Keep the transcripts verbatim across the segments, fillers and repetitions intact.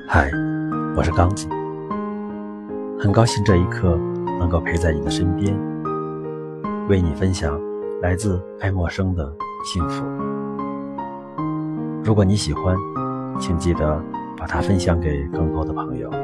嗨，我是刚子，很高兴这一刻能够陪在你的身边，为你分享来自爱默生的幸福。如果你喜欢，请记得把它分享给更多的朋友。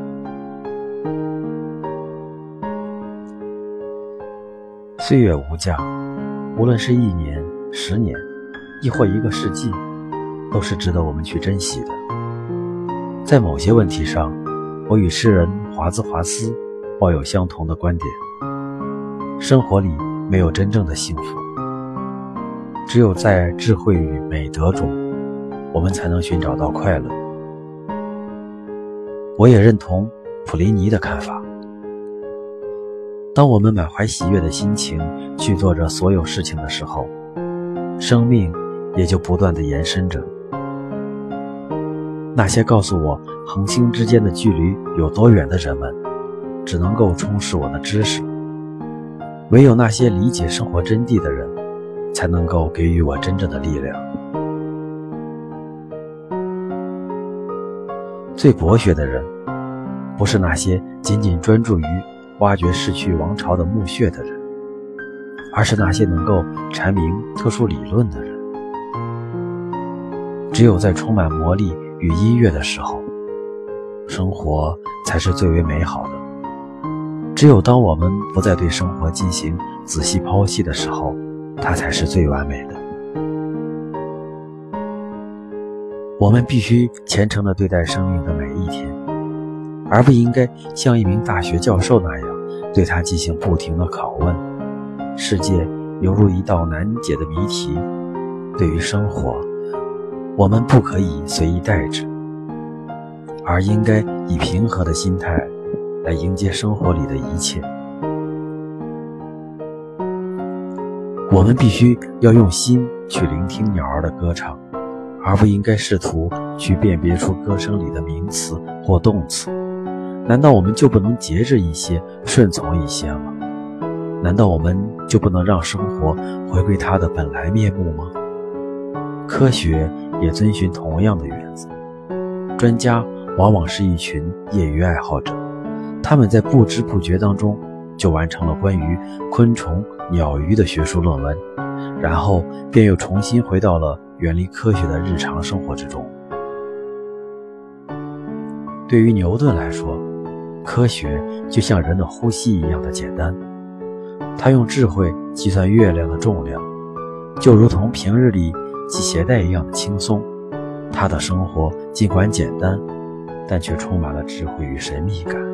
岁月无价，无论是一年、十年，亦或一个世纪，都是值得我们去珍惜的。在某些问题上，我与诗人华兹华斯抱有相同的观点。生活里没有真正的幸福，只有在智慧与美德中，我们才能寻找到快乐。我也认同普林尼的看法，当我们满怀喜悦的心情去做着所有事情的时候，生命也就不断地延伸着。那些告诉我恒星之间的距离有多远的人们，只能够充实我的知识。唯有那些理解生活真谛的人，才能够给予我真正的力量。最博学的人，不是那些仅仅专注于挖掘逝去王朝的墓穴的人，而是那些能够阐明特殊理论的人。只有在充满魔力与音乐的时候，生活才是最为美好的。只有当我们不再对生活进行仔细剖析的时候，它才是最完美的。我们必须虔诚地对待生命的每一天，而不应该像一名大学教授那样对它进行不停的拷问。世界犹如一道难解的谜题，对于生活，我们不可以随意待之，而应该以平和的心态来迎接生活里的一切。我们必须要用心去聆听鸟儿的歌唱，而不应该试图去辨别出歌声里的名词或动词。难道我们就不能节制一些，顺从一些吗？难道我们就不能让生活回归它的本来面目吗？科学也遵循同样的原则。专家往往是一群业余爱好者，他们在不知不觉当中就完成了关于昆虫、鸟鱼的学术论文，然后便又重新回到了远离科学的日常生活之中。对于牛顿来说，科学就像人的呼吸一样的简单，他用智慧计算月亮的重量，就如同平日里系鞋带一样的轻松。他的生活尽管简单，但却充满了智慧与神秘感。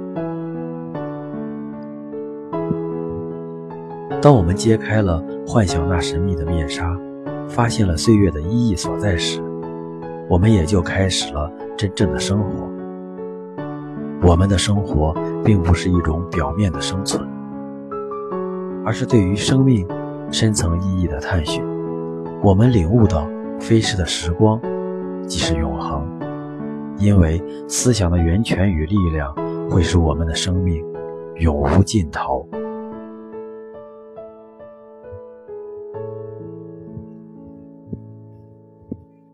当我们揭开了幻想那神秘的面纱，发现了岁月的意义所在时，我们也就开始了真正的生活。我们的生活并不是一种表面的生存，而是对于生命深层意义的探寻。我们领悟到飞逝的时光即是永恒，因为思想的源泉与力量会使我们的生命永无尽头。